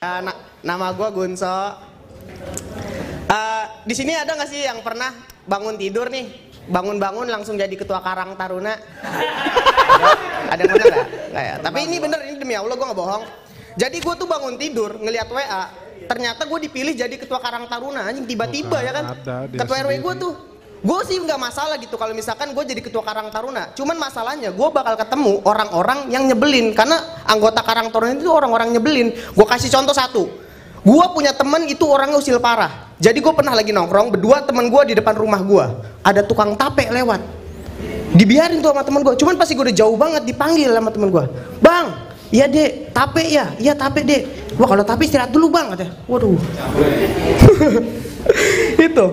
Nama gue Gunso. Di sini ada nggak sih yang pernah bangun tidur nih, bangun-bangun langsung jadi ketua Karang Taruna? Ada yang bener nggak ya? Tapi ini bener, ini demi Allah gue nggak bohong. Jadi gue tuh bangun tidur ngelihat WA, ternyata gue dipilih jadi ketua Karang Taruna. Anjing tiba-tiba ya kan? Ketua RW gue tuh. Gue sih nggak masalah gitu kalau misalkan gue jadi ketua Karang Taruna. Cuman masalahnya gue bakal ketemu orang-orang yang nyebelin, karena anggota Karang Taruna itu orang-orang nyebelin. Gue kasih contoh satu. Gue punya temen itu orangnya usil parah. Jadi gue pernah lagi nongkrong berdua temen gue di depan rumah gue. Ada tukang tape lewat. Dibiarin tuh sama temen gue. Cuman pasti gue udah jauh banget dipanggil sama temen gue. Bang, iya dek, tape ya? Iya tape dek. Wah kalau tape istirahat dulu bang katanya. Waduh. Itu.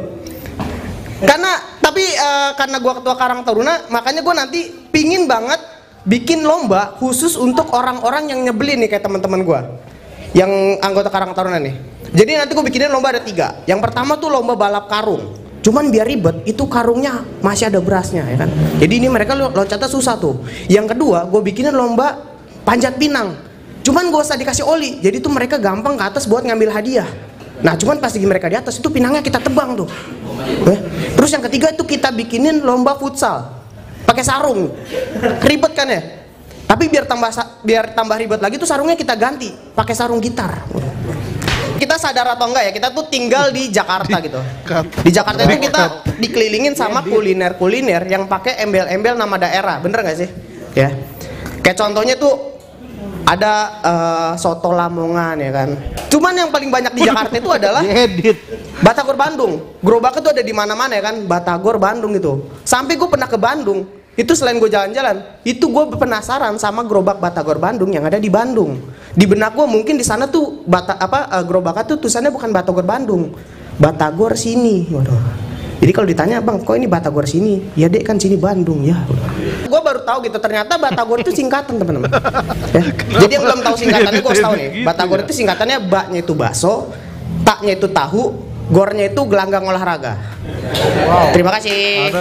Karena gue ketua Karang Taruna, makanya gue nanti pingin banget bikin lomba khusus untuk orang-orang yang nyebelin nih kayak teman-teman gue, yang anggota Karang Taruna nih. Jadi nanti gue bikinin lomba ada 3. Yang pertama tuh lomba balap karung. Cuman biar ribet, itu karungnya masih ada berasnya ya kan. Jadi ini mereka loncatnya susah tuh. Yang kedua, gue bikinin lomba panjat pinang. Cuman gak usah dikasih oli. Jadi tuh mereka gampang ke atas buat ngambil hadiah. Nah cuman pas lagi mereka di atas itu pinangnya kita tebang tuh. Terus yang ketiga itu kita bikinin lomba futsal pakai sarung. Ribet kan ya? Tapi biar tambah ribet lagi tuh sarungnya kita ganti pakai sarung gitar. Kita sadar atau enggak ya, kita tuh tinggal di Jakarta gitu. Di Jakarta itu kita dikelilingin sama kuliner-kuliner yang pakai embel-embel nama daerah. Bener nggak sih? Ya. Kayak contohnya tuh ada soto Lamongan ya kan. Cuman yang paling banyak di Jakarta itu adalah Batagor Bandung. Gerobaknya tuh ada di mana-mana ya kan. Batagor Bandung gitu. Sampai gue pernah ke Bandung. Itu selain gue jalan-jalan, itu gue penasaran sama gerobak Batagor Bandung yang ada di Bandung. Di benak gue mungkin di sana tuh gerobaknya tuh tulisannya bukan Batagor Bandung, Batagor sini. Waduh. Jadi kalau ditanya bang, kok ini Batagor sini? Ya dek kan sini Bandung ya. Gue baru tahu gitu, ternyata Batagor itu singkatan teman-teman. Ya. Jadi yang belum tahu singkatannya gue harus tahu nih. Batagor itu singkatannya baknya itu bakso, taknya itu tahu, gornya itu gelanggang olahraga. Wow. Terima kasih.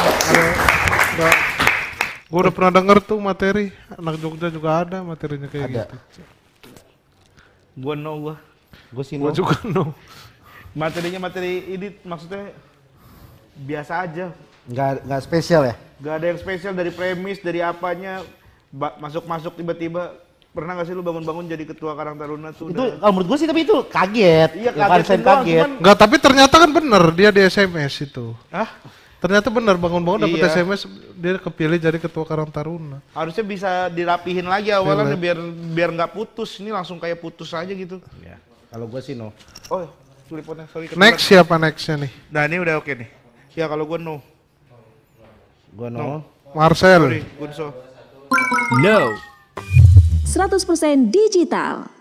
Gue udah pernah denger tuh materi, anak Jogja juga ada materinya kayak gitu. Gue sih Gue juga no. Materinya materi ini maksudnya biasa aja. Nggak spesial ya? Gak ada yang spesial dari premis, dari apanya. Masuk-masuk tiba-tiba. Pernah gak sih lu bangun-bangun jadi ketua Karang Taruna tuh? Itu kalau menurut gue sih, tapi itu kaget. Iya kaget. Enggak, tapi ternyata kan bener dia di SMS itu. Hah? Ternyata bener bangun-bangun dapet SMS dia kepilih jadi ketua Karang Taruna. Harusnya bisa dirapihin lagi awalnya biar nggak putus. Ini langsung kayak putus aja gitu. Ya. Kalau gue sih no. Oh, teleponnya sorry. Next siapa nextnya nih? Nah ini udah oke nih. Ya kalau gue no. Gue no. Marcel. Sorry, Gunso. No. 100% digital.